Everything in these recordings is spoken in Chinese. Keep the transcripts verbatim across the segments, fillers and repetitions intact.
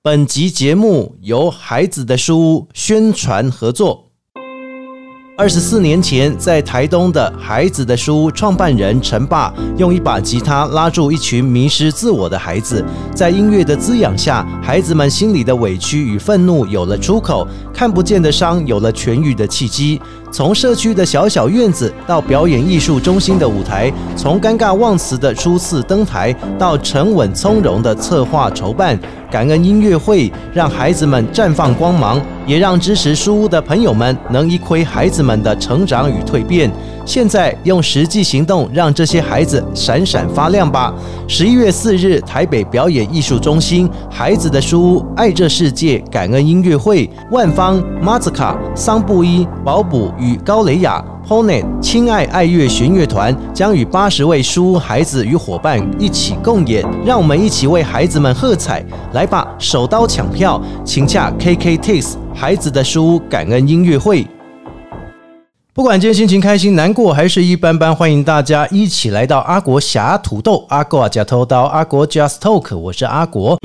本集节目由孩子的书屋宣传合作。二十四年前，在台东的孩子的书屋创办人陈爸用一把吉他拉住一群迷失自我的孩子，在音乐的滋养下，孩子们心里的委屈与愤怒有了出口，看不见的伤有了痊愈的契机。从社区的小小院子到表演艺术中心的舞台，从尴尬忘词的初次登台到沉稳从容的策划筹办，感恩音乐会让孩子们绽放光芒，也让支持书屋的朋友们能一窥孩子们的成长与蜕变。现在用实际行动让这些孩子闪闪发亮吧！十一月四日，台北表演艺术中心孩子的书屋爱这世界感恩音乐会，万芳、马兹卡、桑布伊、保卜与高蕾雅、Ponet 亲爱爱乐弦乐团将与八十位书屋孩子与伙伴一起共演，让我们一起为孩子们喝彩！来吧，手刀抢票，请洽 K K Tix 孩子的书屋感恩音乐会。不管今天心情开心、难过还是一般般，欢迎大家一起来到阿国侠土豆，阿国加偷刀，阿国 Just Talk， 我是阿国。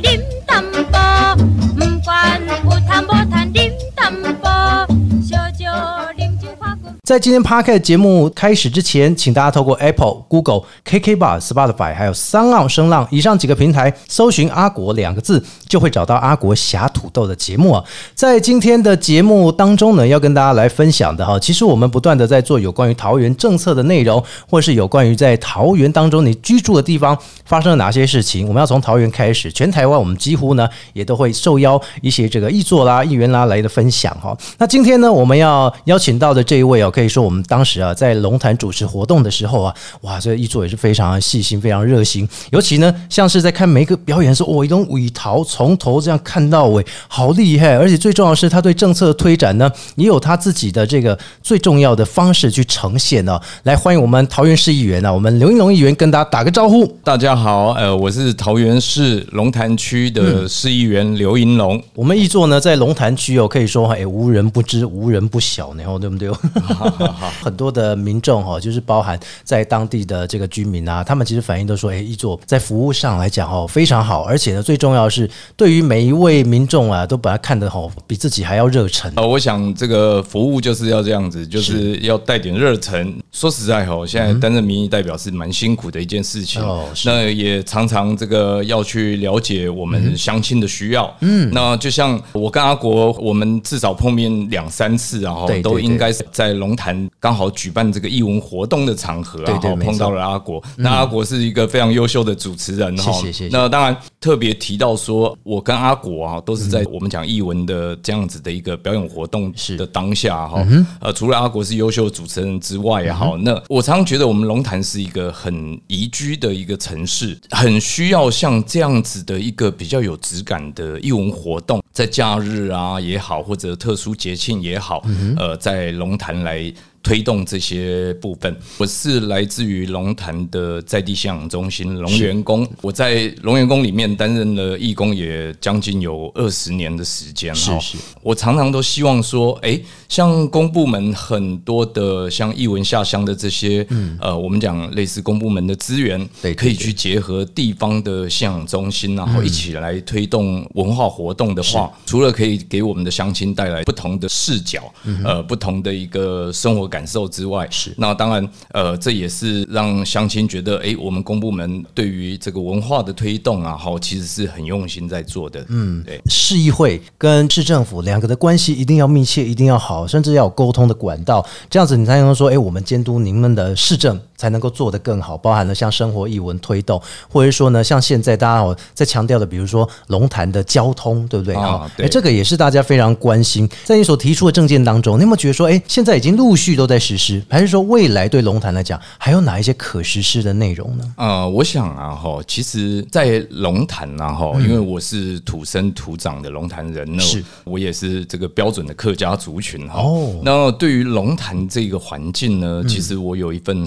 在今天 Podcast 节目开始之前，请大家透过 Apple、Google、K K B O X、Spotify 还有三浪声浪以上几个平台搜寻阿国两个字，就会找到阿国侠土豆的节目啊。在今天的节目当中呢，要跟大家来分享的哈，其实我们不断的在做有关于桃园政策的内容，或是有关于在桃园当中你居住的地方发生了哪些事情，我们要从桃园开始，全台湾我们几乎呢也都会受邀一些这个议作啦、议员啦来的分享哈。那今天呢，我们要邀请到的这一位哦，可以说我们当时啊在龙潭主持活动的时候啊，哇，这个议作也是非常细心、非常热心。尤其呢，像是在看每一个表演的时候，哦，一种尾桃从头这样看到尾，好厉害！而且最重要的是，他对政策的推展呢，也有他自己的这个最重要的方式去呈现哦。来，欢迎我们桃园市议员啊，我们刘英龙议员跟大家打个招呼。 大家好，呃，我是桃园市龙潭区的市议员刘英龙。嗯、 我们议作呢，在龙潭区哦，可以说哎，无人不知，无人不晓呢，对不对？很多的民众哈，就是包含在当地的这个居民啊，他们其实反映都说，哎，议作在服务上来讲哦非常好，而且呢，最重要的是对于每一位民众啊，都把他看得好比自己还要热忱。 呃，我想这个服务就是要这样子，就是要带点热忱。说实在哈，现在担任民意代表是蛮辛苦的一件事情，嗯、那也常常这个要去了解我们乡亲的需要。嗯，那就像我跟阿国，我们至少碰面两三次，然后都应该是在龙潭刚好举办这个艺文活动的场合，然后碰到了阿国。嗯、那阿国是一个非常优秀的主持人， 谢谢谢谢。 那当然特别提到说，我跟阿国啊，都是在我们讲艺文的这样子的一个表演活动的当下哈。嗯、呃，除了阿国是优秀的主持人之外也好，嗯、那我常常觉得我们龙潭是一个很宜居的一个城市，很需要像这样子的一个比较有质感的艺文活动，在假日啊也好，或者特殊节庆也好，嗯、呃，在龙潭来推动这些部分。我是来自于龙潭的在地信仰中心龙园宫，我在龙园宫里面担任了义工也将近有二十年的时间。是是，我常常都希望说，哎、欸，像公部门很多的像艺文下乡的这些，嗯、呃，我们讲类似公部门的资源，对，可以去结合地方的信仰中心，然后一起来推动文化活动的话，除了可以给我们的乡亲带来不同的视角，嗯、呃，不同的一个生活感受之外，是那当然，呃，这也是让乡亲觉得，哎，我们公部门对于这个文化的推动啊，好，其实是很用心在做的。嗯，对， 市议会跟市政府两个的关系一定要密切，一定要好，甚至要有沟通的管道，这样子你才能说，哎，我们监督你们的市政才能够做得更好，包含了像生活艺文推动，或者说呢，像现在大家在强调的，比如说龙潭的交通，对不对？啊，对，这个也是大家非常关心。在你所提出的政见当中，你有没有觉得说，哎，现在已经陆续都在实施，还是说未来对龙潭来讲还有哪一些可实施的内容呢？ 呃，我想啊，哈，其实，在龙潭啊，哈、嗯，因为我是土生土长的龙潭人呢，是我也是这个标准的客家族群哈。哦，那对于龙潭这个环境呢，其实我有一份很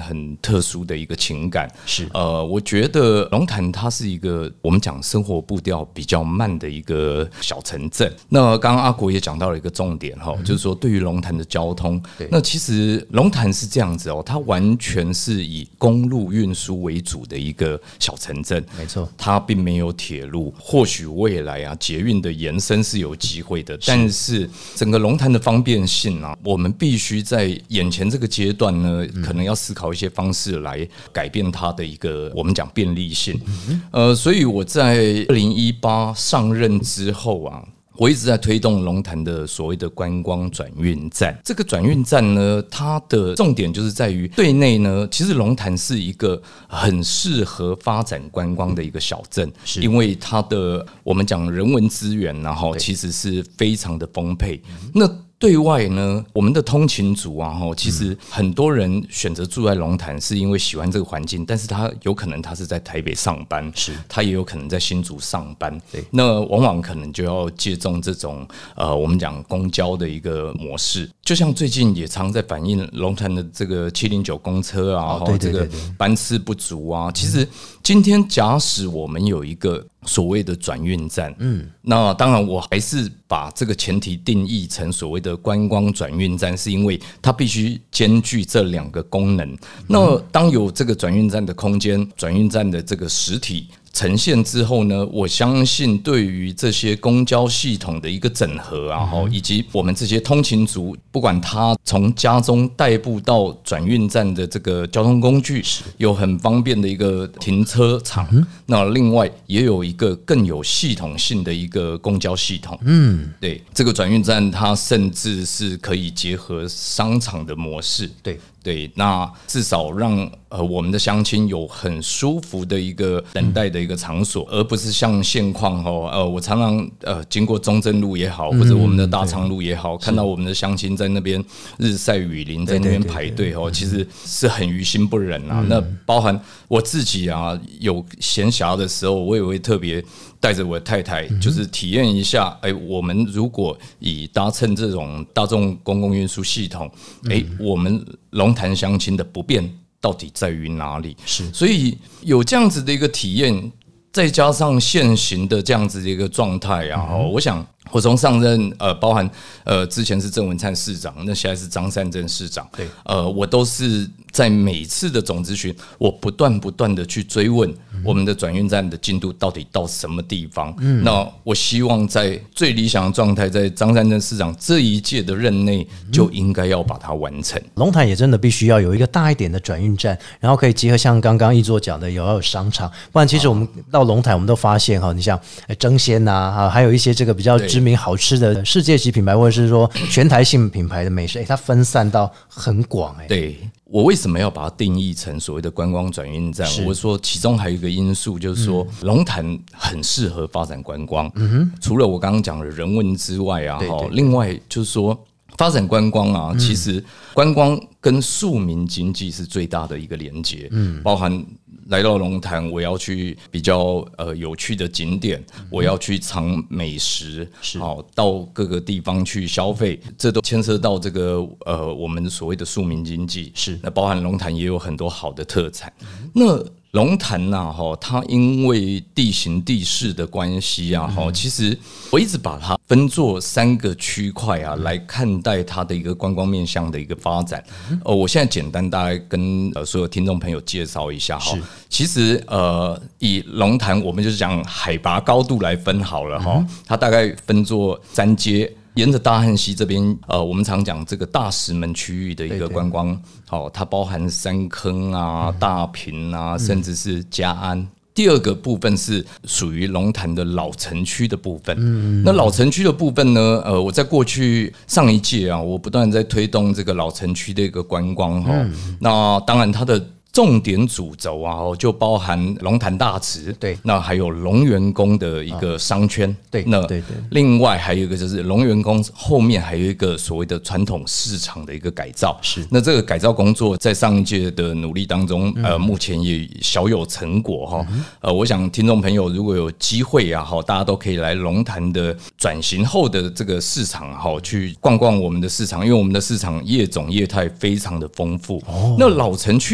特殊的一个情感。 是呃，我觉得龙潭它是一个我们讲生活步调比较慢的一个小城镇。那刚刚阿国也讲到了一个重点哈、嗯，就是说对于龙潭的交通，那其实龙潭是这样子哦，它完全是以公路运输为主的一个小城镇， 没错， 它并没有铁路。或许未来啊，捷运的延伸是有机会的，但是整个龙潭的方便性啊，我们必须在眼前这个阶段呢，可能要思考一些方式来改变它的一个我们讲便利性。呃，所以我在二零一八上任之后啊。我一直在推动龙潭的所谓的观光转运站。这个转运站呢，它的重点就是在于对内呢，其实龙潭是一个很适合发展观光的一个小镇，因为它的我们讲人文资源，然后其实是非常的丰沛。那对外呢，我们的通勤族啊，其实很多人选择住在龙潭，是因为喜欢这个环境，但是他有可能他是在台北上班，是他也有可能在新竹上班，那往往可能就要借重这种呃，我们讲公交的一个模式。就像最近也常在反映龙潭的这个七零九公车啊， 哦、对对对对这个班次不足啊，其实今天假使我们有一个所谓的转运站，嗯，那当然我还是把这个前提定义成所谓的观光转运站，是因为它必须兼具这两个功能。那当有这个转运站的空间，转运站的这个实体呈现之后呢，我相信对于这些公交系统的一个整合啊，嗯、以及我们这些通勤族，不管他从家中代步到转运站的这个交通工具，有很方便的一个停车场，嗯、那另外也有一个更有系统性的一个公交系统。嗯，对，这个转运站它甚至是可以结合商场的模式。对。对，那至少让呃我们的乡亲有很舒服的一个等待的一个场所，而不是像现况哦，呃，我常常呃经过中正路也好，或者我们的大昌路也好，嗯、看到我们的乡亲在那边日晒雨淋，在那边排队哦，其实是很于心不忍啊。嗯、那包含我自己啊，有闲暇的时候，我也会特别带着我的太太，就是体验一下，哎，我们如果以搭乘这种大众公共运输系统，哎，我们龙潭乡亲的不便到底在于哪里？是，所以有这样子的一个体验，再加上现行的这样子的一个状态啊，嗯、我想我从上任呃，包含呃之前是郑文灿市长，那现在是张善政市长，对，呃，我都是在每次的总咨询，我不断不断的去追问我们的转运站的进度到底到什么地方。嗯、那我希望在最理想的状态，在张善政市长这一届的任内，就应该要把它完成。 龙潭也真的必须要有一个大一点的转运站，然后可以结合像刚刚一座讲的，有要有商场，不然其实我们到龙潭，我们都发现哈，你像争鲜呐，还有一些这个比较知名好吃的世界级品牌，或者是说全台性品牌的美食，它分散到很广。 对。我为什么要把它定义成所谓的观光转运站？我说其中还有一个因素，就是说龙潭很适合发展观光。嗯、除了我刚刚讲的人文之外啊，对对对，另外就是说发展观光啊，嗯、其实观光跟庶民经济是最大的一个连结，嗯、包含。来到龙潭，我要去比较呃有趣的景点，我要去尝美食，好到各个地方去消费，这都牵涉到这个呃我们所谓的庶民经济。是，那包含龙潭也有很多好的特产。嗯、那龙潭呐，哈，它因为地形地势的关系啊，哈，其实我一直把它分作三个区块啊，来看待它的一个观光面向的一个发展。呃，我现在简单大概跟呃所有听众朋友介绍一下哈。其实呃，以龙潭我们就是讲海拔高度来分好了哈，它大概分作三阶。沿着大汉溪这边，呃，我们常讲这个大石门区域的一个观光，好、哦，它包含山坑啊、嗯、大坪啊，甚至是嘉安。第二个部分是属于龙潭的老城区的部分。嗯、那老城区的部分呢，呃，我在过去上一届啊，我不断在推动这个老城区的一个观光哈、哦。嗯、那当然它的重点主轴啊，就包含龙潭大池，对，那还有龙源宫的一个商圈，哦、对，那对对，另外还有一个就是龙源宫后面还有一个所谓的传统市场的一个改造，是，那这个改造工作在上一届的努力当中，嗯、呃，目前也小有成果哈，嗯、呃，我想听众朋友如果有机会啊，哈，大家都可以来龙潭的转型后的这个市场哈，去逛逛我们的市场，因为我们的市场业种业态非常的丰富，哦、那老城区的部分。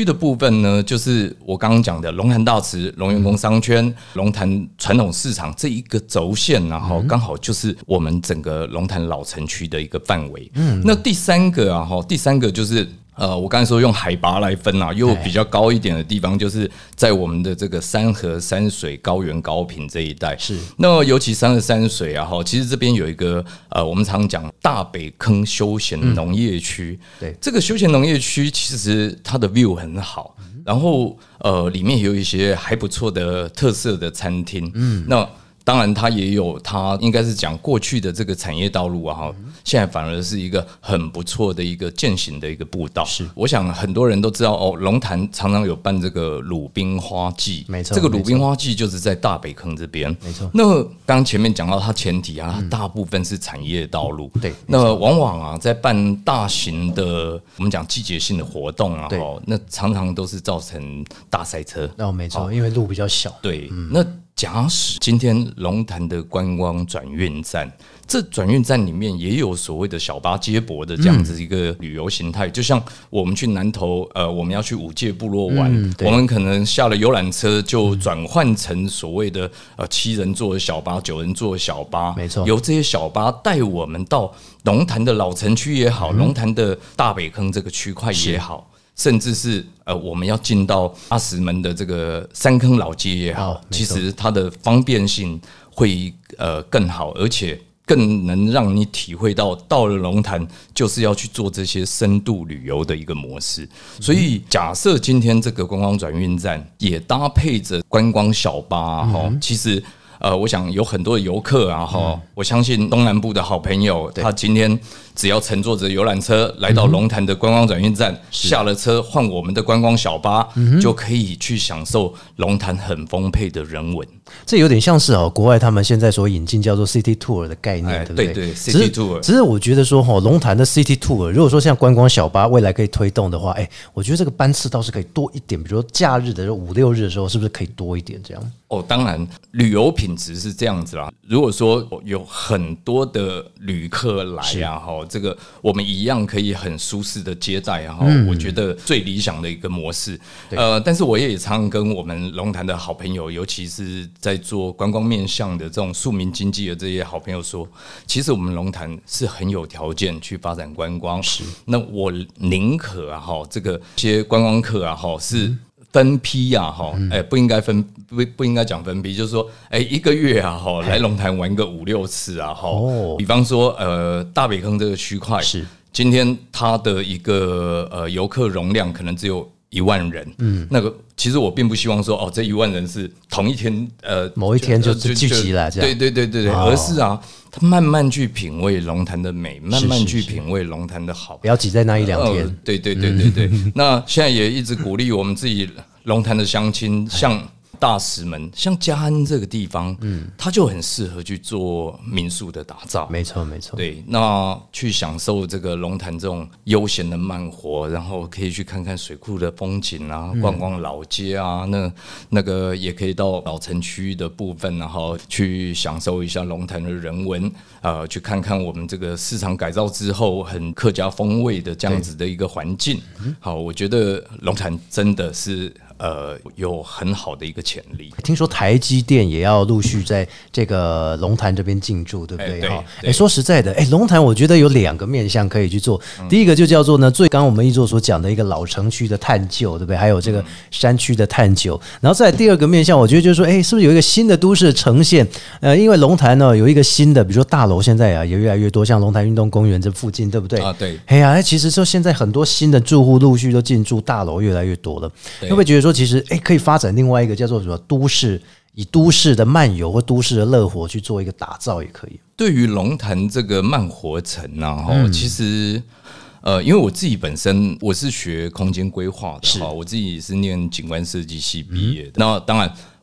分呢，就是我刚刚讲的龙潭大池、龙园工商圈、龙潭传统市场这一个轴线，然后刚好就是我们整个龙潭老城区的一个范围。嗯，那第三个啊，第三个就是。呃，我刚才说用海拔来分啊，又比较高一点的地方，就是在我们的这个山河、山水、高原、高屏这一带。是，那尤其山河、山水啊，哈，其实这边有一个呃，我们常讲大北坑休闲农业区。嗯、对，这个休闲农业区其实它的 view 很好，嗯、然后呃，里面也有一些还不错的特色的餐厅。嗯，那。当然，它也有，它应该是讲过去的这个产业道路啊，哈，现在反而是一个很不错的一个健行的一个步道。是，我想很多人都知道哦，龙潭常常有办这个鲁冰花季，没错，这个鲁冰花季就是在大北坑这边，没错。那刚前面讲到它前提啊，它大部分是产业道路，对。那往往啊，在办大型的我们讲季节性的活动啊，哦，那常常都是造成大塞车。 哦，没错，因为路比较小。 对，那。假使今天龙潭的观光转运站，这转运站里面也有所谓的小巴接驳的这样子一个旅游形态，嗯、就像我们去南投，呃，我们要去五界部落玩，嗯、我们可能下了游览车就转换成所谓的呃七人座的小巴、九人座的小巴，没错，由这些小巴带我们到龙潭的老城区也好，龙潭、嗯、的大北坑这个区块也好。甚至是呃，我们要进到八十门的这个三坑老街也好，其实它的方便性会呃更好，而且更能让你体会到到了龙潭就是要去做这些深度旅游的一个模式。所以假设今天这个观光转运站也搭配着观光小巴哈、嗯，其实。呃，我想有很多的游客啊，哈、嗯，我相信东南部的好朋友，他今天只要乘坐着游览车来到龙潭的观光转运站，嗯、下了车换我们的观光小巴，嗯、就可以去享受龙潭很丰沛的人文。 这有点像是哦，国外他们现在所引进叫做 City Tour 的概念，哎、对不对？ 对对 ，City Tour。 只是我觉得说，哈，龙潭的 City Tour， 如果说像观光小巴未来可以推动的话，哎，我觉得这个班次倒是可以多一点，比如说假日的五六日的时候，是不是可以多一点这样？ 哦，当然，旅游品质是这样子啦。如果说有很多的旅客来啊，哈，这个我们一样可以很舒适的接待啊，嗯、我觉得最理想的一个模式。呃，但是我也常跟我们龙潭的好朋友，尤其是在做观光面向的这种庶民经济的这些好朋友说，其实我们龙潭是很有条件去发展观光。是，那我宁可啊，哈，这个些观光客啊，哈是。嗯分批啊，哈，哎，不应该分，不不应该讲分批，就是说，哎，一个月啊，哈，来龙潭玩个五六次啊，哈，比方说，呃，大北坑这个区块是今天它的一个呃游客容量可能只有一万人，嗯，那个其实我并不希望说，哦，这一万人是同一天，呃， 某一天就聚集了，这样， 对对对对对，而是啊。他慢慢去品味龙潭的美，慢慢去品味龙潭的好， 不要挤在那一两天。 呃、对对对对对。嗯、那现在也一直鼓励我们自己龙潭的乡亲，像大石门，像嘉安这个地方，嗯，它就很适合去做民宿的打造。 没错没错。 对，那去享受这个龙潭这种悠闲的慢活，然后可以去看看水库的风景啊，逛逛老街啊，嗯、那那个也可以到老城区的部分，然后去享受一下龙潭的人文，呃，去看看我们这个市场改造之后很客家风味的这样子的一个环境。好，我觉得龙潭真的是。呃，有很好的一个潜力。 听说台积电也要陆续在这个龙潭这边进驻，对不对？哈、欸，哎、欸，说实在的，哎、欸，龙潭我觉得有两个面向可以去做。嗯、第一个就叫做呢，最刚刚我们一座所讲的一个老城区的探究，对不对？还有这个山区的探究。然后再来第二个面向，我觉得就是说，哎、欸，是不是有一个新的都市的呈现？呃，因为龙潭呢有一个新的，比如说大楼，现在啊也越来越多，像龙潭运动公园这附近，对不对？啊，对。哎呀、啊，其实说现在很多新的住户陆续都进驻，大楼越来越多了，会不会觉得说？其实，哎，可以发展另外一个叫做什么都市，以都市的漫游或都市的乐活去做一个打造，也可以。 对于龙潭这个慢活城啊，嗯、其实，呃，因为我自己本身我是学空间规划的，哈，我自己是念景观设计系毕业的。嗯、那当然，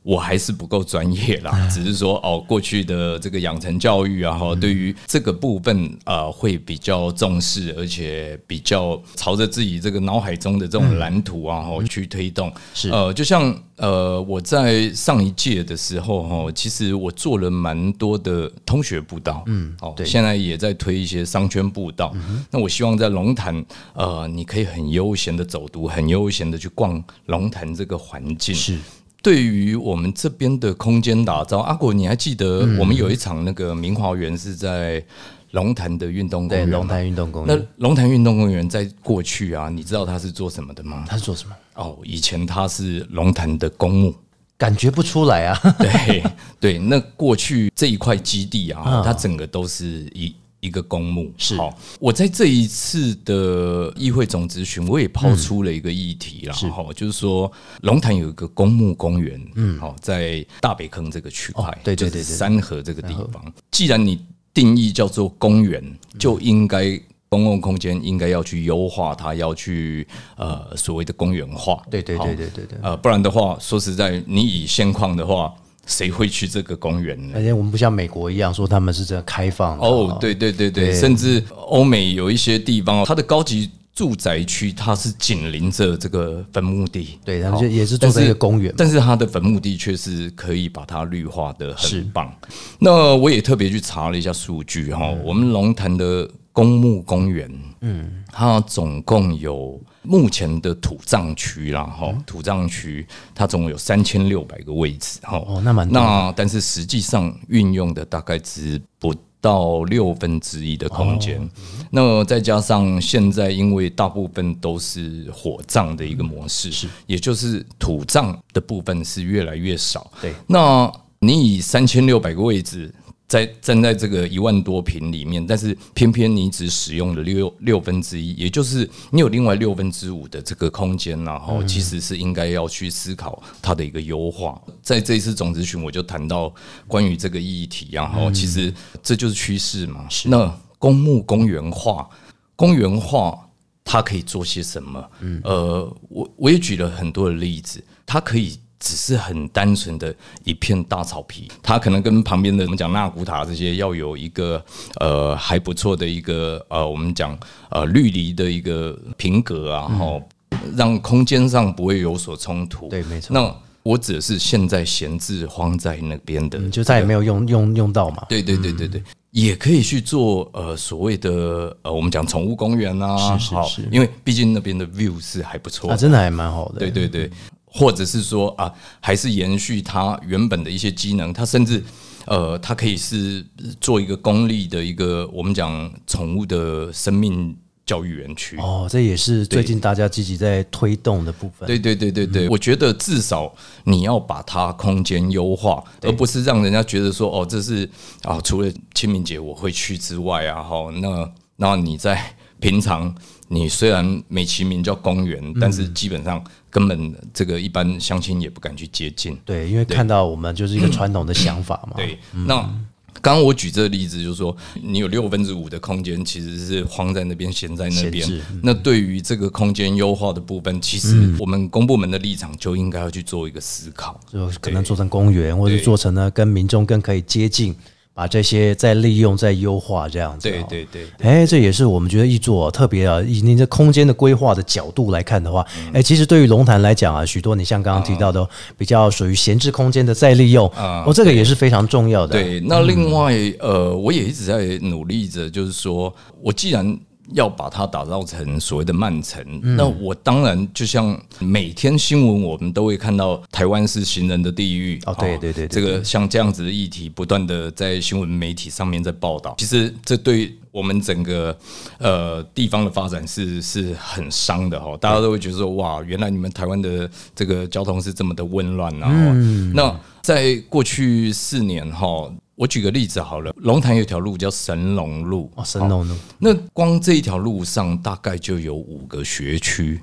我还是不够专业啦，只是说哦，过去的这个养成教育啊，对于这个部分呃会比较重视，而且比较朝着自己这个脑海中的这种蓝图啊，嗯、去推动。 是呃，就像呃我在上一届的时候哈，其实我做了蛮多的通学步道，嗯，哦，现在也在推一些商圈步道。嗯、那我希望在龙潭，呃，你可以很悠闲的走读，很悠闲的去逛龙潭这个环境。 是。 对于我们这边的空间打造，阿果，你还记得我们有一场那个明华园是在龙潭的运动公园？ 对，龙潭运动公园。 那龙潭运动公园在过去啊，你知道它是做什么的吗？ 它是做什么？ 哦，以前它是龙潭的公墓。 感觉不出来啊。 对对，那过去这一块基地啊，它整个都是一。一个公墓是好，我在这一次的议会总质询，我也抛出了一个议题啦，是哈，就是说龙潭有一个公墓公园，嗯，好，在大北坑这个区块、哦， 对对对对， 三河这个地方，既然你定义叫做公园，就应该公共空间应该要去优化它，要去呃所谓的公园化， 对对对对对对， 呃，不然的话，说实在，你以现况的话。谁会去这个公园呢？ 而且我们不像美国一样说他们是这样开放的哦，对对对 对, 对，甚至欧美有一些地方，它的高级住宅区它是紧邻着这个坟墓地， 对，他们也是做在一个公园， 但是它的坟墓地却是可以把它绿化的很棒。那我也特别去查了一下数据哈、嗯，我们龙潭的公墓公园，嗯，它总共有。目前的土葬区啦，哈、嗯，土葬区它总共有三千六百个位置，哈， 哦，那蛮多。 那但是实际上运用的大概只不到六分之一的空间、哦。那再加上现在因为大部分都是火葬的一个模式，是，也就是土葬的部分是越来越少。 对， 那你以三千六百个位置。在站在这个一万多坪里面，但是偏偏你只使用了六六分之一，也就是你有另外六分之五的这个空间，然后其实是应该要去思考它的一个优化。在这一次总质询，我就谈到关于这个议题，然后其实这就是趋势嘛。那公墓公园化，公园化它可以做些什么？呃，我我也举了很多的例子，它可以。只是很单纯的一片大草皮，它可能跟旁边的我们讲纳古塔这些要有一个呃还不错的一个呃我们讲呃绿篱的一个平隔啊，然后、嗯、让空间上不会有所冲突。 对，没错。 那我指的是现在闲置荒在那边的、这个嗯， 就再也没有用用用到嘛。 对对对对对。嗯也可以去做呃所谓的呃我们讲宠物公园啊， 是是是， 因为毕竟那边的 view 是还不错的、 啊，真的还蛮好的。 对对对，或者是说啊，还是延续它原本的一些机能，它甚至呃它可以是做一个公立的一个我们讲宠物的生命教育园区。 哦，这也是最近大家积极在推动的部分。 对对对对对、嗯，我觉得至少你要把它空间优化，而不是让人家觉得说哦，这是啊，除了清明节我会去之外啊，哈，那那你在平常你虽然美其名叫公园、嗯，但是基本上根本这个一般乡亲也不敢去接近。 对，因为看到我们就是一个传统的想法嘛。 对，那。刚刚我举这个例子，就是说，你有六分之五的空间其实是荒在那边、闲在那边。嗯、那对于这个空间优化的部分，其实我们公部门的立场就应该要去做一个思考， 就可能做成公园，或者做成呢跟民众更可以接近。把这些再利用、再优化这样子、 喔，对对对， 哎、欸，这也是我们觉得一座、喔、特别啊，以您的空间的规划的角度来看的话，哎、嗯欸，其实对于龙潭来讲啊，许多你像刚刚提到的、嗯、比较属于闲置空间的再利用，哦、嗯，这个也是非常重要的。 对，那另外、嗯、呃，我也一直在努力着，就是说我既然要把它打造成所谓的慢城、嗯，那我当然就像每天新闻我们都会看到台湾是行人的地狱哦，对对 对, 对， 这个像这样子的议题不断的在新闻媒体上面在报道，其实这对我们整个呃地方的发展是是很伤的哈，大家都会觉得说哇，原来你们台湾的这个交通是这么的混乱啊、嗯，那在过去四年哈。我举个例子好了，龙潭有一条路叫神农路， 哦，神农路， 那光这一条路上大概就有五个学区， 对，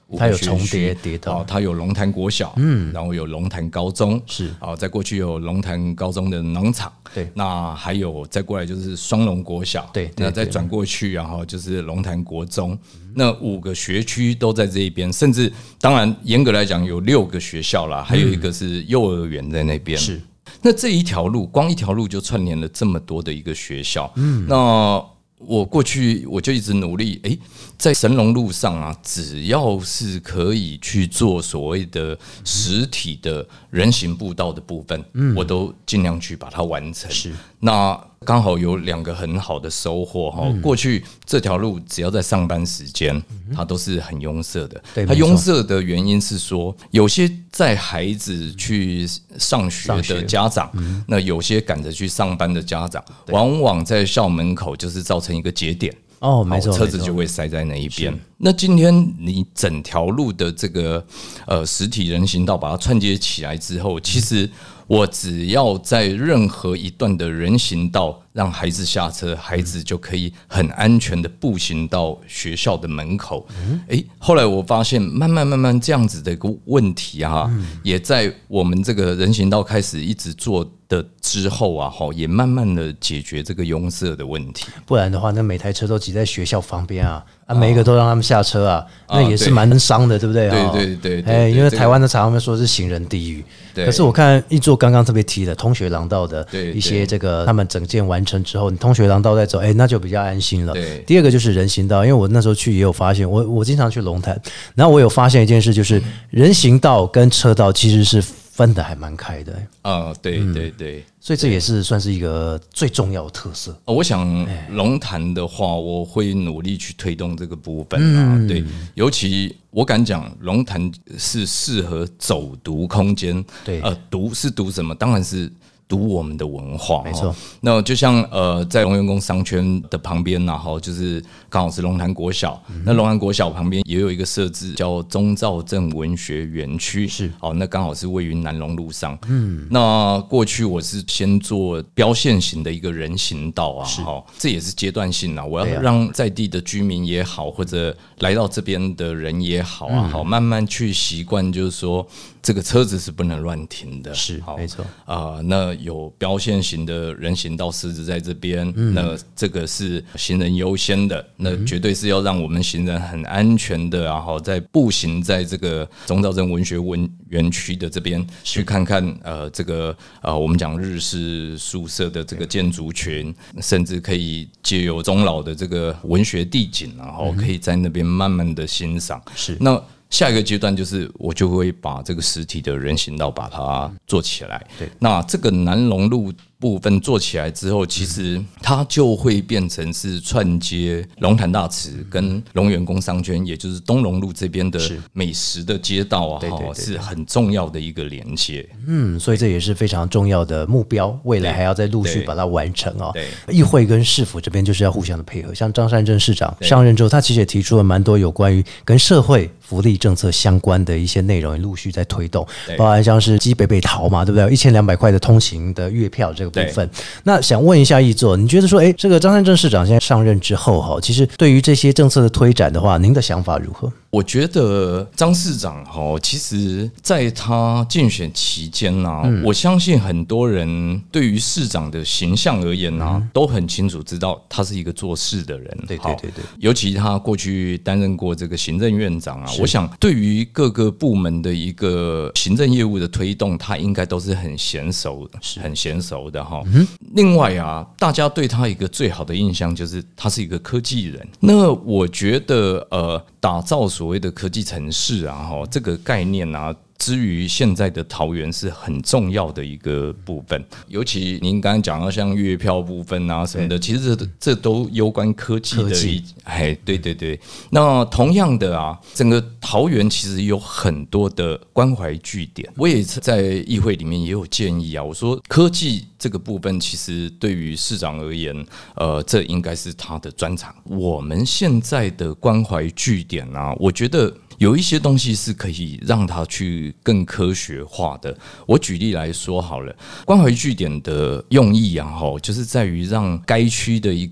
它有重叠叠到， 它有龙潭国小，嗯，然后有龙潭高中， 是啊，在过去有龙潭高中的农场， 对， 那还有再过来就是双龙国小， 对， 那再转过去，然后就是龙潭国中，那五个学区都在这一边，甚至当然严格来讲有六个学校啦，还有一个是幼儿园在那边， 是。 那这一条路，光一条路就串联了这么多的一个学校，嗯，那。我过去我就一直努力，哎，在神农路上啊，只要是可以去做所谓的实体的人行步道的部分，嗯，我都尽量去把它完成。 是， 那刚好有两个很好的收获哈。嗯、过去这条路只要在上班时间，它都是很拥塞的。它拥塞的原因是说，有些在孩子去上学的家长，嗯、那有些赶着去上班的家长，往往在校门口就是造成一个节点。 哦，没错， 车子就会塞在那一边。那今天你整条路的这个呃实体人行道把它串接起来之后，其实我只要在任何一段的人行道让孩子下车，孩子就可以很安全的步行到学校的门口。嗯欸、后来我发现慢慢慢慢这样子的一个问题啊，嗯、也在我们这个人行道开始一直做的之后啊，也慢慢的解决这个拥塞的问题。 不然的话，那每台车都挤在学校旁边啊，啊，每一个都让他们下车啊，那也是蛮伤的，对不对？ 对对对对， 哎，因为台湾的常常说是行人地狱。可是我看一座刚刚特别提的通学廊道的一些这个他们整建完成之后，你通学廊道再走，哎，那就比较安心了。第二个就是人行道，因为我那时候去也有发现，我我经常去龙潭，然后我有发现一件事，就是人行道跟车道其实是分得还蛮开的。 啊、呃，对对对、嗯， 所以这也是算是一个最重要的特色。 我想龙潭的话，我会努力去推动这个部分啊。嗯、对，尤其我敢讲，龙潭是适合走读空间。 对， 呃，读是读什么？当然是读我们的文化。 没错。 那就像呃，在龙源宫商圈的旁边，然后就是刚好是龙潭国小。嗯、那龙潭国小旁边也有一个设置叫中兆镇文学园区。 是。 哦，那刚好是位于南龙路上。嗯。那过去我是先做标线型的一个人行道啊，哈，这也是阶段性啊。我要让在地的居民也好，或者来到这边的人也好啊，好、嗯、慢慢去习惯，就是说这个车子是不能乱停的。 是，没错啊、呃。那有标线型的人行道设置在这边，嗯、那这个是行人优先的，那绝对是要让我们行人很安全的，然后在步行在这个中兆镇文学文园区的这边去看看，呃，这个呃，我们讲日式宿舍的这个建筑群，甚至可以借由钟老的这个文学地景，然后可以在那边慢慢的欣赏。 是， 那下一个阶段就是我就会把这个实体的人行道把它做起来。 对， 那这个南龙路部分做起来之后，其实它就会变成是串接龙潭大池跟龙源工商圈，也就是东龙路这边的美食的街道啊，是很重要的一个连接。 嗯，所以这也是非常重要的目标，未来还要再陆续把它完成哦。议会跟市府这边就是要互相的配合，像张善政市长上任之后，他其实也提出了蛮多有关于跟社会福利政策相关的一些内容，也陆续在推动，包含像是基北北桃嘛，对不对？一千两百块的通行的月票这个部分。那想问一下议座，你觉得说，哎，这个张善政市长现在上任之后哈，其实对于这些政策的推展的话，您的想法如何？ 我觉得张市长哈，其实在他竞选期间呢、啊，嗯、我相信很多人对于市长的形象而言呢、啊，嗯、都很清楚知道他是一个做事的人。 对对对对， 尤其他过去担任过这个行政院长啊，我想对于各个部门的一个行政业务的推动，他应该都是很娴熟的，很娴熟的哈。嗯、另外啊，大家对他一个最好的印象就是他是一个科技人。那我觉得呃，打造所谓的科技城市啊，这个概念啊，至于现在的桃园是很重要的一个部分。尤其您刚刚讲到像月票部分啊什么的，其实这这都攸关科技的一，哎，对对对。那同样的啊，整个桃园其实有很多的关怀据点。我也在议会里面也有建议啊，我说科技这个部分其实对于市长而言，呃，这应该是他的专长。我们现在的关怀据点啊，我觉得有一些东西是可以让它去更科学化的。我举例来说好了，关怀据点的用意啊，就是在于让该区的一个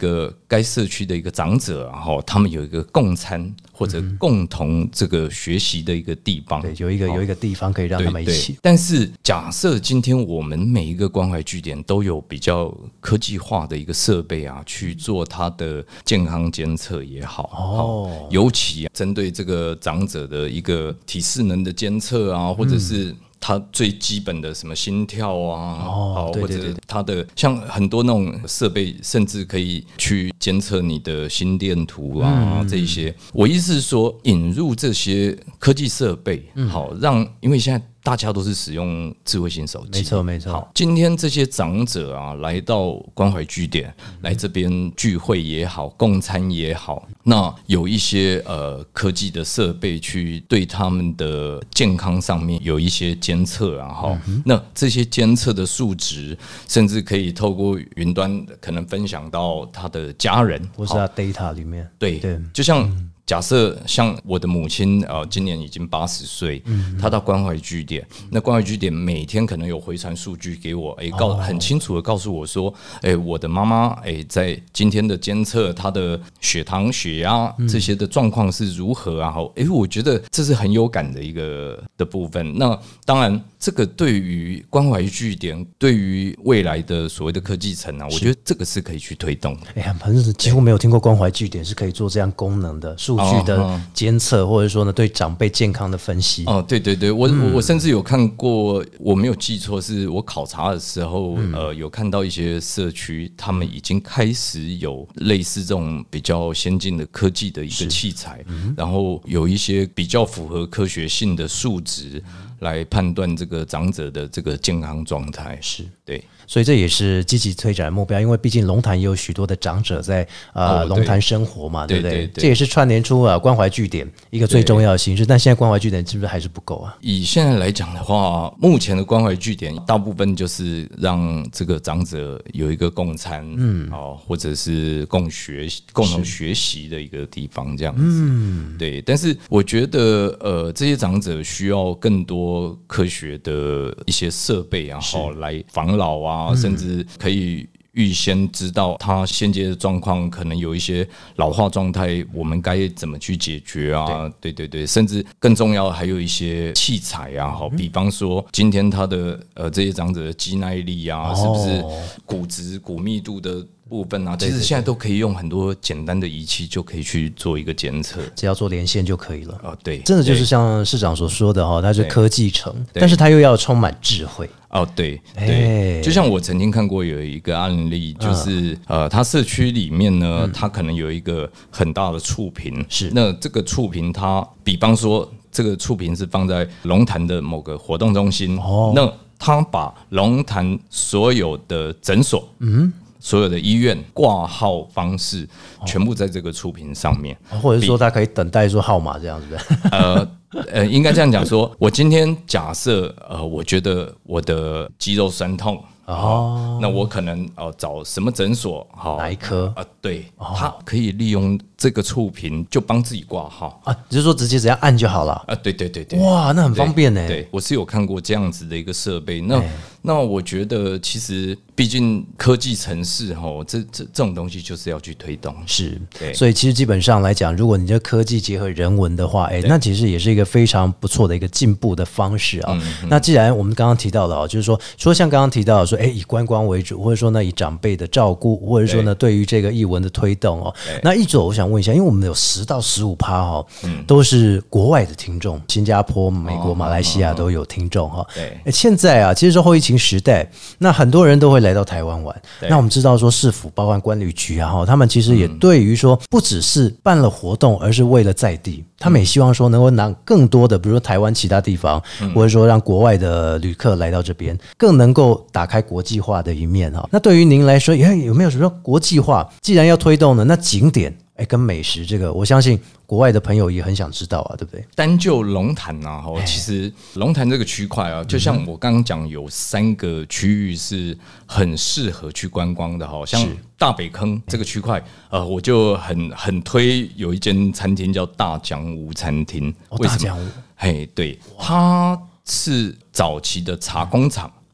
该社区的一个长者，然后他们有一个共餐或者共同这个学习的一个地方， 对，有一个有一个地方可以让他们一起。 但是假设今天我们每一个关怀据点都有比较科技化的一个设备啊，去做它的健康监测也好，哦，尤其针对这个长者的一个体适能的监测啊，或者是他最基本的什么心跳啊，哦，对对对，或者他的像很多那种设备，甚至可以去监测你的心电图啊，嗯、这一些。我意思是说，引入这些科技设备，嗯、好让，因为现在大家都是使用智慧型手机， 没错没错。好， 今天这些长者啊，来到关怀据点，嗯、来这边聚会也好，共餐也好，那有一些呃科技的设备去对他们的健康上面有一些监测啊，哈、嗯，那这些监测的数值，甚至可以透过云端可能分享到他的家人， 或是他 data 里面， 对对，就像。嗯假设像我的母亲，呃，今年已经八十岁，嗯、她到关怀据点，那关怀据点每天可能有回传数据给我，哎、欸，告很清楚的告诉我说，哎、欸，我的妈妈，哎、欸，在今天的监测她的血糖、血压这些的状况是如何啊？好，哎、欸，我觉得这是很有感的一个的部分。那当然，这个对于关怀据点，对于未来的所谓的科技城啊，我觉得这个是可以去推动的。 哎呀，反正几乎没有听过关怀据点是可以做这样功能的数据的监测，或者说呢对长辈健康的分析。 哦，对对对，我、嗯、我甚至有看过，我没有记错，是我考察的时候，嗯、呃，有看到一些社区，他们已经开始有类似这种比较先进的科技的一个器材，嗯、然后有一些比较符合科学性的数值来判断这个长者的这个健康状态。 是对。 所以这也是积极推展的目标，因为毕竟龙潭也有许多的长者在呃龙潭生活嘛，对不对？这也是串联出啊关怀据点一个最重要的形式。但现在关怀据点是不是还是不够啊？ 以现在来讲的话，目前的关怀据点大部分就是让这个长者有一个共餐，嗯，哦，或者是共学、共同学习的一个地方，这样子。嗯，对。但是我觉得，呃，这些长者需要更多科学的一些设备啊，好来防老啊。甚至可以预先知道他现阶的状况，可能有一些老化状态，我们该怎么去解决啊？对对对，甚至更重要还有一些器材啊，好，比方说今天他的呃这些长者的肌耐力啊，是不是骨质骨密度的部分啊，其实现在都可以用很多简单的仪器就可以去做一个监测， 只要做连线就可以了。 哦，对， 真的就是像市长所说的哈，它是科技城，但是它又要充满智慧。 哦，对对，就像我曾经看过有一个案例，就是呃，他社区里面呢，他可能有一个很大的触屏，是那这个触屏，它比方说这个触屏是放在龙潭的某个活动中心，哦，那他把龙潭所有的诊所，嗯。所有的医院挂号方式全部在这个触屏上面， 或者是说他可以等待说号码这样子。 呃呃，应该这样讲说，我今天假设呃，我觉得我的肌肉酸痛。哦，那我可能呃找什么诊所？好， 哪一科啊？对，哦、他可以利用这个触屏就帮自己挂号啊，就是说直接只要按就好了啊。对对对对， 哇，那很方便呢。 对，我是有看过这样子的一个设备。那、欸、那我觉得其实毕竟科技城市哈，这这这种东西就是要去推动。 是，对。所以其实基本上来讲，如果你这科技结合人文的话，哎、欸，那其实也是一个非常不错的一个进步的方式啊。嗯嗯、那既然我们刚刚提到了啊，就是说，除了像刚刚提到的说，哎、欸，以观光为主，或者说呢以长辈的照顾，或者说呢对于这个艺文的推动哦，那一组我想问一下，因为我们有十到十五趴哈，都是国外的听众，新加坡、美国、马来西亚都有听众哈。对，现在啊，其实说后疫情时代，那很多人都会来到台湾玩。那我们知道说市府包含关旅局啊，哈，他们其实也对于说不只是办了活动，而是为了在地。他们也希望说能够让更多的，比如说台湾其他地方，或者说让国外的旅客来到这边，更能够打开国际化的一面哈。那对于您来说，有没有什么国际化？既然要推动呢，那景点哎跟美食这个，我相信国外的朋友也很想知道啊，对不对？ 单就龙潭啊，其实龙潭这个区块啊，就像我刚刚讲，有三个区域是很适合去观光的哈，像大北坑这个区块，呃，我就很很推有一间餐厅叫大江屋餐厅。 哦，大江屋， 嘿，对，它是早期的茶工厂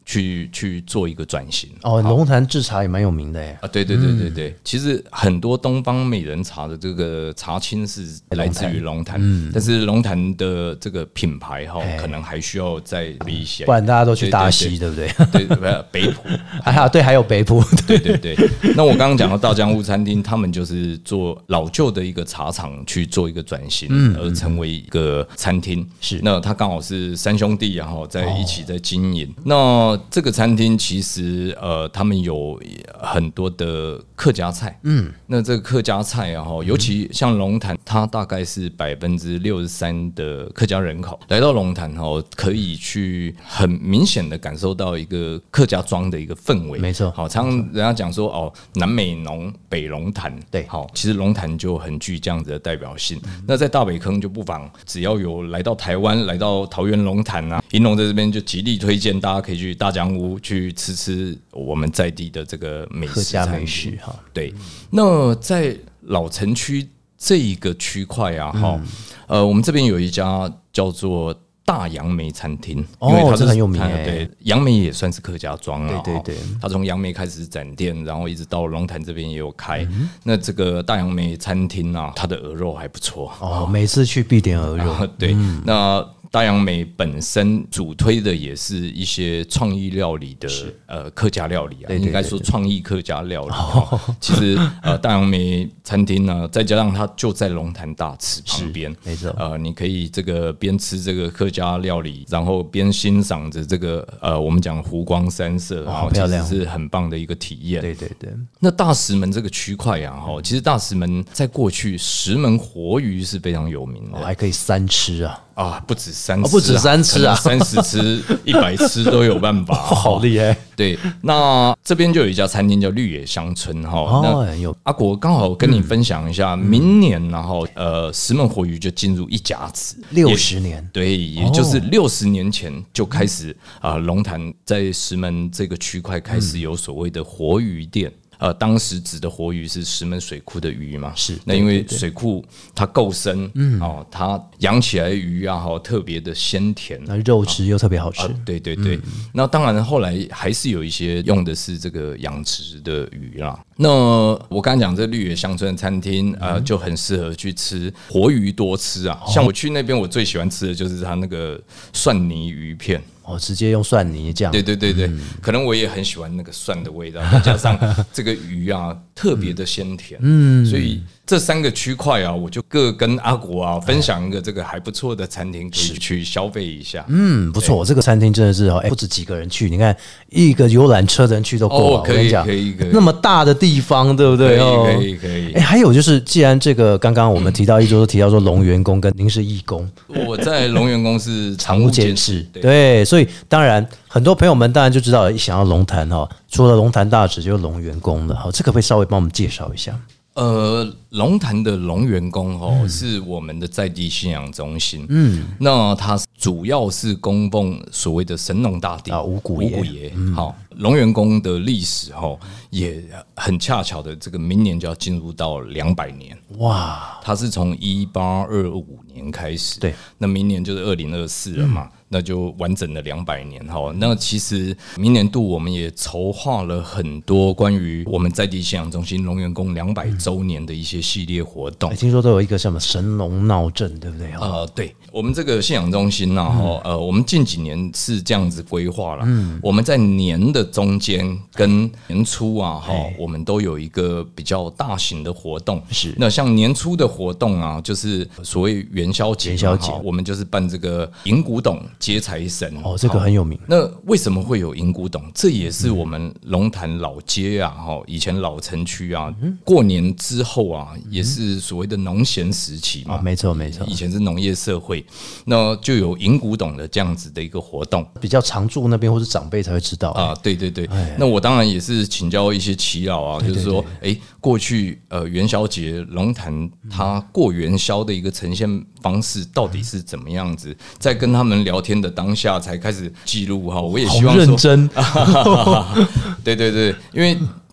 去去做一个转型。 哦，龙潭制茶也蛮有名的耶。 啊，对对对对对，嗯、其实很多东方美人茶的这个茶青是来自于龙潭，嗯、但是龙潭的这个品牌哈，可能还需要再一些， 不然大家都去大溪，对不对？ 对，对北埔， 还好，对，还有北埔， 对对对。那我刚刚讲到大江屋餐厅，他们就是做老旧的一个茶厂去做一个转型，嗯、而成为一个餐厅。 是， 那他刚好是三兄弟，然后在一起在经营。哦、那这个餐厅其实呃，他们有很多的客家菜，嗯，那这个客家菜啊，尤其像龙潭，它大概是百分之六十三的客家人口来到龙潭哦，可以去很明显的感受到一个客家庄的一个氛围。 没错， 好，常人家讲说哦，南美浓，北龙潭， 对， 好，其实龙潭就很具这样子的代表性。嗯、那在大北坑就不妨，只要有来到台湾，来到桃园龙潭啊，银龙在这边就极力推荐大家可以去大江屋去吃吃我们在地的这个美食客家美食哈。 对，那在老城区这一个区块啊，哈、嗯，呃，我们这边有一家叫做大杨梅餐厅， 哦，因为它是很有名、欸， 对，杨梅也算是客家庄啊， 对对对， 它从杨梅开始展店，然后一直到龙潭这边也有开。嗯、那这个大杨梅餐厅啊，它的鹅肉还不错哦，每次去必点鹅肉， 对，嗯、那。大杨梅本身主推的也是一些创意料理的呃客家料理啊，应该说创意客家料理。哦、其实呃大杨梅餐厅呢，再加上它就在龙潭大池旁边， 没错。 呃，你可以这个边吃这个客家料理，然后边欣赏着这个呃我们讲湖光山色，然后其实是很棒的一个体验。 对对对。 那大石门这个区块啊，哈，其实大石门在过去石门活鱼是非常有名的， 哦、还可以三吃啊。 啊，不止三吃、啊哦，不止三吃啊， 三十吃、一百吃都有办法， 哦、好厉害。 对，那这边就有一家餐厅叫绿野乡村哈。 哦， 那阿国刚好跟你分享一下，嗯、明年然后呃，石门活鱼就进入一甲子， 六十年， 对，也就是六十年前就开始啊，龙潭在石门这个区块开始有所谓的活鱼店。呃，当时指的活鱼是石门水库的鱼嘛？ 是。 那因为水库它够深，嗯，哦，它养起来的鱼啊，哈，特别的鲜甜， 那肉质又特别好吃。 啊、对对对。嗯、那当然，后来还是有一些用的是这个养殖的鱼啦。那我刚才讲这绿野乡村的餐厅，呃，就很适合去吃活鱼多吃啊。哦、像我去那边，我最喜欢吃的就是它那个蒜泥鱼片。 哦，直接用蒜泥酱。 对对对对，嗯、可能我也很喜欢那个蒜的味道，再加上这个鱼啊，特别的鲜甜，嗯，所以这三个区块啊，我就各跟阿国啊分享一个这个还不错的餐厅，可以去消费一下。 嗯，不错，这个餐厅真的是哦，不止几个人去，你看一个游览车的人去都够了。 哦，可以可以可以， 那么大的地方，对不对？ 可以可以。 哎，还有就是，既然这个刚刚我们提到一周都提到说龙员工跟您是义工， 我在龙员工是常务监事，对，所以。所以当然，很多朋友们当然就知道，一想要龙潭哈，除了龙潭大池，就是龙员工了。好，这个会稍微帮我们介绍一下。 呃，龙潭的龙员工哦，嗯、是我们的在地信仰中心。嗯，那它主要是供奉所谓的神农大帝啊，五谷爷。 五谷爷，好、嗯，龙员工的历史哈，也很恰巧的，这个明年就要进入到两百年。哇，它是从一八二五年开始， 对， 那明年就是二零二四了嘛。嗯，那就完整的两百年哈。那其实明年度我们也筹划了很多关于我们在地信仰中心龙员工两百周年的一些系列活动。 嗯、听说都有一个什么神农闹阵，对不对？ 呃，对，我们这个信仰中心呢、啊，嗯、呃，我们近几年是这样子规划了。嗯，我们在年的中间跟年初啊，哈，我们都有一个比较大型的活动。 是， 那像年初的活动啊，就是所谓元宵节， 元宵节， 我们就是办这个迎古董。接财神哦，这个很有名。 那为什么会有迎古董？这也是我们龙潭老街啊，哈，以前老城区啊，过年之后啊，也是所谓的农闲时期嘛。 哦、没错没错， 以前是农业社会，那就有迎古董的这样子的一个活动。 比较常住那边或是长辈才会知道啊。对对对，那我当然也是请教一些耆老啊，就是说，哎，过去呃元宵节龙潭它过元宵的一个呈现方式到底是怎么样子？在跟他们聊天的当下才开始记录哈，我也希望说认真， 对对对，因为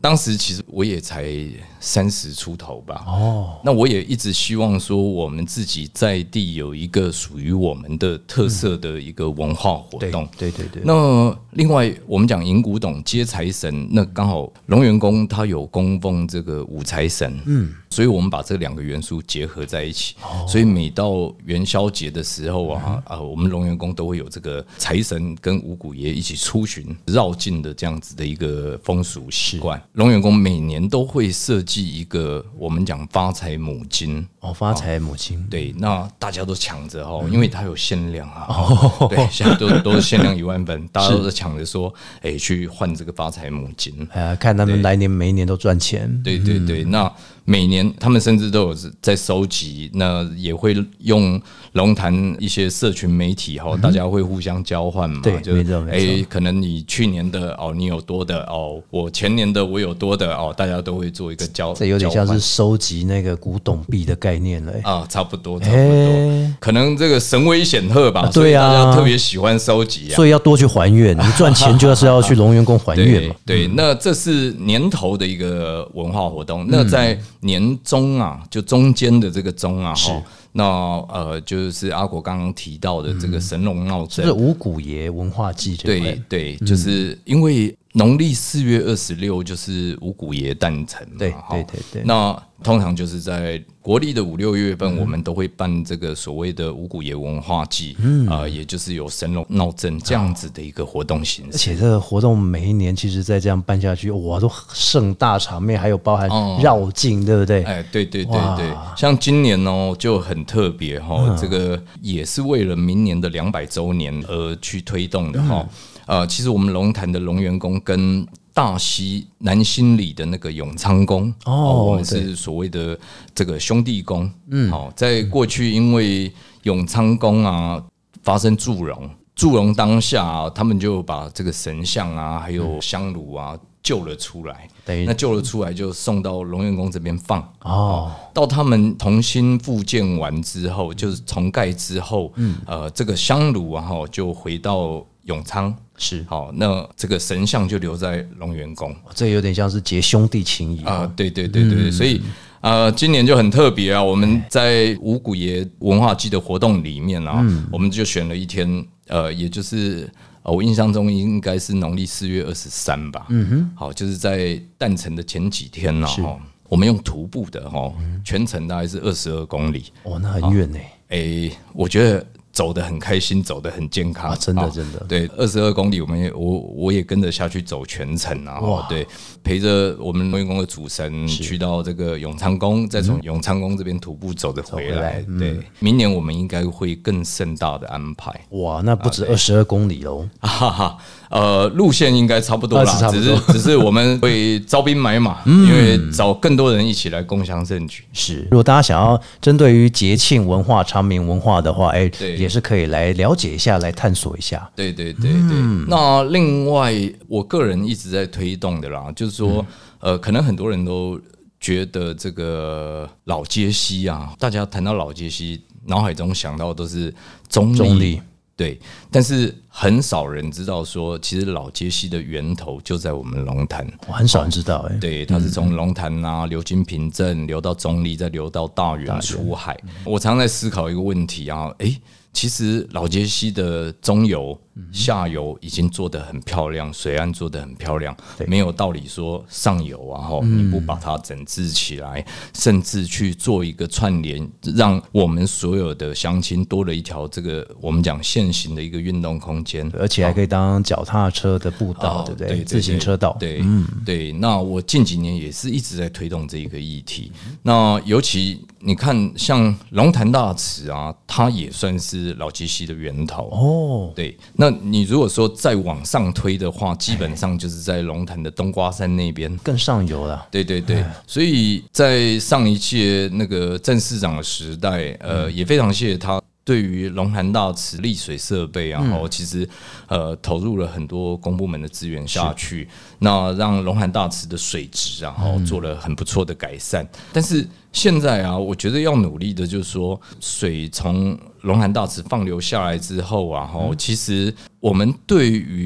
当时其实我也才三十出头吧，哦，那我也一直希望说，我们自己在地有一个属于我们的特色的一个文化活动。 嗯、对对 对, 对。 那另外，我们讲迎古董接财神，那刚好龙元宫它有供奉这个五财神，嗯，所以我们把这两个元素结合在一起。哦、所以每到元宵节的时候啊，嗯、啊，我们龙元宫都会有这个财神跟五谷爷一起出巡绕境的这样子的一个风俗习惯。龙元宫每年都会设计一个我们讲发财母金哦，发财母金， 对，那大家都抢着哦，因为它有限量啊，哦、对，现在都都是限量一万份，大家都在抢着说，哎、欸，去换这个发财母金， 哎呀，看他们来年每一年都赚钱， 对对对，嗯、那每年他们甚至都有在收集，那也会用龙潭一些社群媒体哈，嗯、大家会互相交换嘛， 对， 就没错没错， 哎，可能你去年的哦，你有多的哦，我前年的我有多的哦，大家都会做一个交， 这有点像是收集那个古董币的概念了啊，差不多差不多，可能这个神威显赫吧，啊对啊，所以大家特别喜欢收集啊， 所以要多去还愿，你赚钱就是要去龙元宫还愿嘛， 对，对，那这是年头的一个文化活动，那在年中啊，就中间的这个中啊，哈，那呃，就是阿国刚刚提到的这个神龙闹阵， 是五谷爷文化祭， 对对，就是因为农历四月二十六就是五谷爷诞辰嘛， 对对对对， 那通常就是在国历的五六月份，我们都会办这个所谓的五谷爷文化祭，嗯、呃，也就是有神龙闹阵这样子的一个活动形式。 而且这个活动每一年，其实再这样办下去，哇，都盛大场面，还有包含绕境，嗯、对不对？ 哎，对对对对，像今年哦就很特别哈，嗯、这个也是为了明年的两百周年而去推动的哈。嗯呃，其实我们龙潭的龙元宫跟大溪南新里的那个永昌宫，哦，我们是所谓的这个兄弟宫。嗯，好，在过去因为永昌宫啊发生祝融，祝融当下、啊，他们就把这个神像啊，还有香炉啊救了出来。那救了出来就送到龙元宫这边放。哦，到他们重新复建完之后，就是重盖之后，嗯，呃，这个香炉啊，就回到永昌。是好，那这个神像就留在龙元宫， 这有点像是结兄弟情谊啊、 呃！对对对对，嗯、所以呃，今年就很特别啊！我们在五谷爷文化祭的活动里面啊，嗯、我们就选了一天，呃，也就是呃，我印象中应该是农历四月二十三吧。嗯哼，好，就是在诞辰的前几天呢、啊，我们用徒步的哈，全程大概是二十二公里， 哦，那很远呢。 哎、欸，我觉得。走得很开心，走得很健康， 啊、真的真的。 对，二十二公里，我们也我我也跟着下去走全程啊。哇，对，陪着我们龙元宫的主神去到这个永昌宫，再从永昌宫这边徒步走着回来。回来嗯、对，明年我们应该会更盛大的安排。 哇，那不止二十二公里喽！ 啊哈哈，呃，路线应该差不多啦，只是只是我们会招兵买马，嗯、因为找更多人一起来共襄盛举。 是，如果大家想要针对于节庆文化、长明文化的话，哎、欸，对。也是可以来了解一下，来探索一下。 对对对对。嗯、那另外，我个人一直在推动的啦，就是说，嗯、呃，可能很多人都觉得这个老街溪啊，大家谈到老街溪，脑海中想到都是中立。中立对，但是很少人知道说，其实老街溪的源头就在我们龙潭， 很少人知道哎、欸。 对，它是从龙潭啊流经平镇，流到中立，再流到大园出海。我常在思考一个问题啊，哎、欸，其实老街溪的中游、下游已经做得很漂亮，水岸做得很漂亮，没有道理说上游啊，嗯、你不把它整治起来，甚至去做一个串联，让我们所有的乡亲多了一条这个我们讲现行的一个运动空间， 而且还可以当脚踏车的步道，哦、对不对？对对对，自行车道， 对，嗯、对。那我近几年也是一直在推动这一个议题。那尤其你看，像龙潭大池啊，它也算是老街溪的源头哦。对，那你如果说再往上推的话，基本上就是在龙潭的冬瓜山那边更上游了。 对对对，所以在上一届那个郑市长的时代，呃，也非常谢谢他。对于龙潭大池砾水设备啊，嗯、其实呃投入了很多公部门的资源下去，那让龙潭大池的水质啊，嗯、做了很不错的改善。但是现在啊，我觉得要努力的就是说，水从龙潭大池放流下来之后啊，嗯、其实我们对于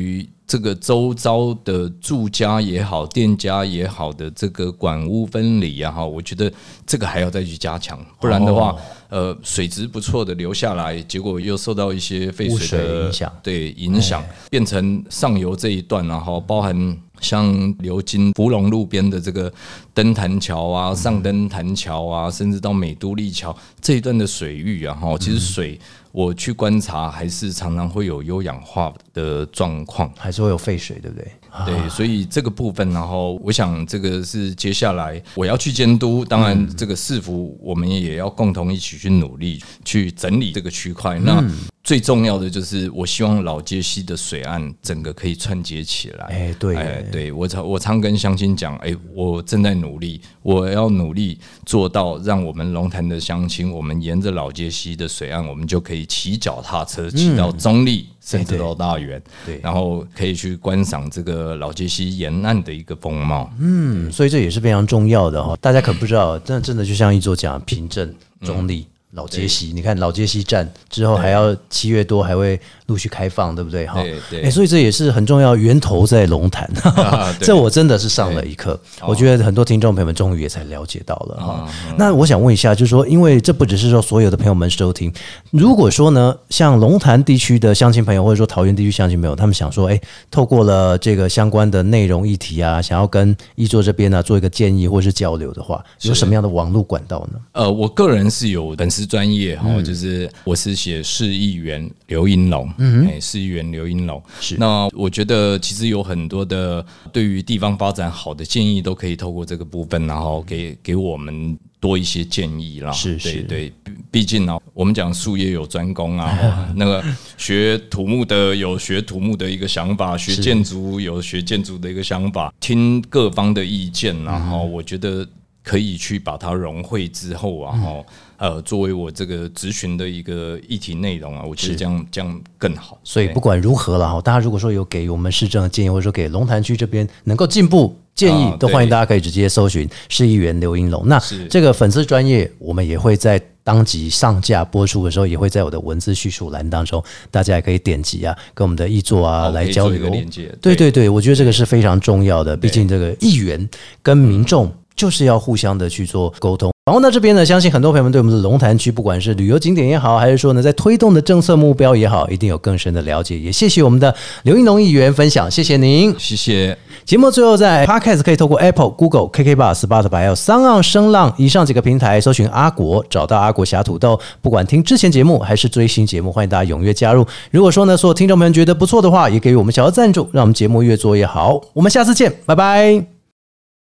这个周遭的住家也好，店家也好的这个管屋分离啊，我觉得这个还要再去加强，不然的话，哦、呃，水质不错的流下来，结果又受到一些废水的影响， 对影响，变成上游这一段，然后包含像流经福隆路边的这个灯坛桥啊、上灯坛桥啊，甚至到美都立桥这一段的水域啊，其实水。我去观察，还是常常会有优氧化的状况， 还是会有废水，对不对？ 对，所以这个部分，然后我想这个是接下来我要去监督，当然这个市府我们也要共同一起去努力去整理这个区块。那最重要的就是我希望老街溪的水岸整个可以串接起来。 哎，对， 哎，对我常我常跟乡亲讲，哎，我正在努力，我要努力做到让我们龙潭的乡亲，我们沿着老街溪的水岸，我们就可以骑脚踏车骑到中立。嗯甚至到大园，对，然后可以去观赏这个老街溪沿岸的一个风貌。 嗯，所以这也是非常重要的哈。大家可不知道，真的真的就像一座讲平镇、中立、嗯、老街溪，你看老街溪站之后还要七月多还会陆续开放，对不对？哈，对对、欸。所以这也是很重要，源头在龙潭，啊、这我真的是上了一课。我觉得很多听众朋友们终于也才了解到了哈。嗯、那我想问一下，就是说，因为这不只是说所有的朋友们收听，如果说呢，像龙潭地区的乡亲朋友，或者说桃园地区乡亲朋友，他们想说，哎、欸，透过了这个相关的内容议题啊，想要跟一作这边呢、啊、做一个建议或是交流的话，有什么样的网络管道呢？ 呃，我个人是有粉丝专业哈，嗯、就是我是写市议员刘英龙。嗯，哎，市议员刘英龙是。那我觉得其实有很多的对于地方发展好的建议，都可以透过这个部分，然后给给我们多一些建议啦。是是，对对，毕竟呢，我们讲术业有专攻啊，那个学土木的有学土木的一个想法，学建筑有学建筑的一个想法，听各方的意见，然后我觉得可以去把它融汇之后啊，嗯呃，作为我这个咨询的一个议题内容啊，我觉得这样这样更好。 所以不管如何了哈，大家如果说有给我们市政的建议，或者说给龙潭区这边能够进步建议，都欢迎大家可以直接搜寻市议员刘英龙。那这个粉丝专页，我们也会在当集上架播出的时候，也会在我的文字叙述栏当中，大家也可以点击啊，跟我们的议作啊、哦、来交流。对对对，我觉得这个是非常重要的，毕竟这个议员跟民众就是要互相的去做沟通。然后呢，这边呢，相信很多朋友们对我们的龙潭区，不管是旅游景点也好，还是说呢，在推动的政策目标也好，一定有更深的了解。也谢谢我们的刘英龙议员分享，谢谢您， 谢谢。 节目最后在 Podcast 可以透过 Apple、Google、K K B O X、Spotify 还有三岸声浪以上几个平台搜寻阿国，找到阿国侠土豆。不管听之前节目还是追新节目，欢迎大家踊跃加入。如果说呢，所有听众朋友觉得不错的话，也给予我们小额赞助，让我们节目越做越好。我们下次见，拜拜。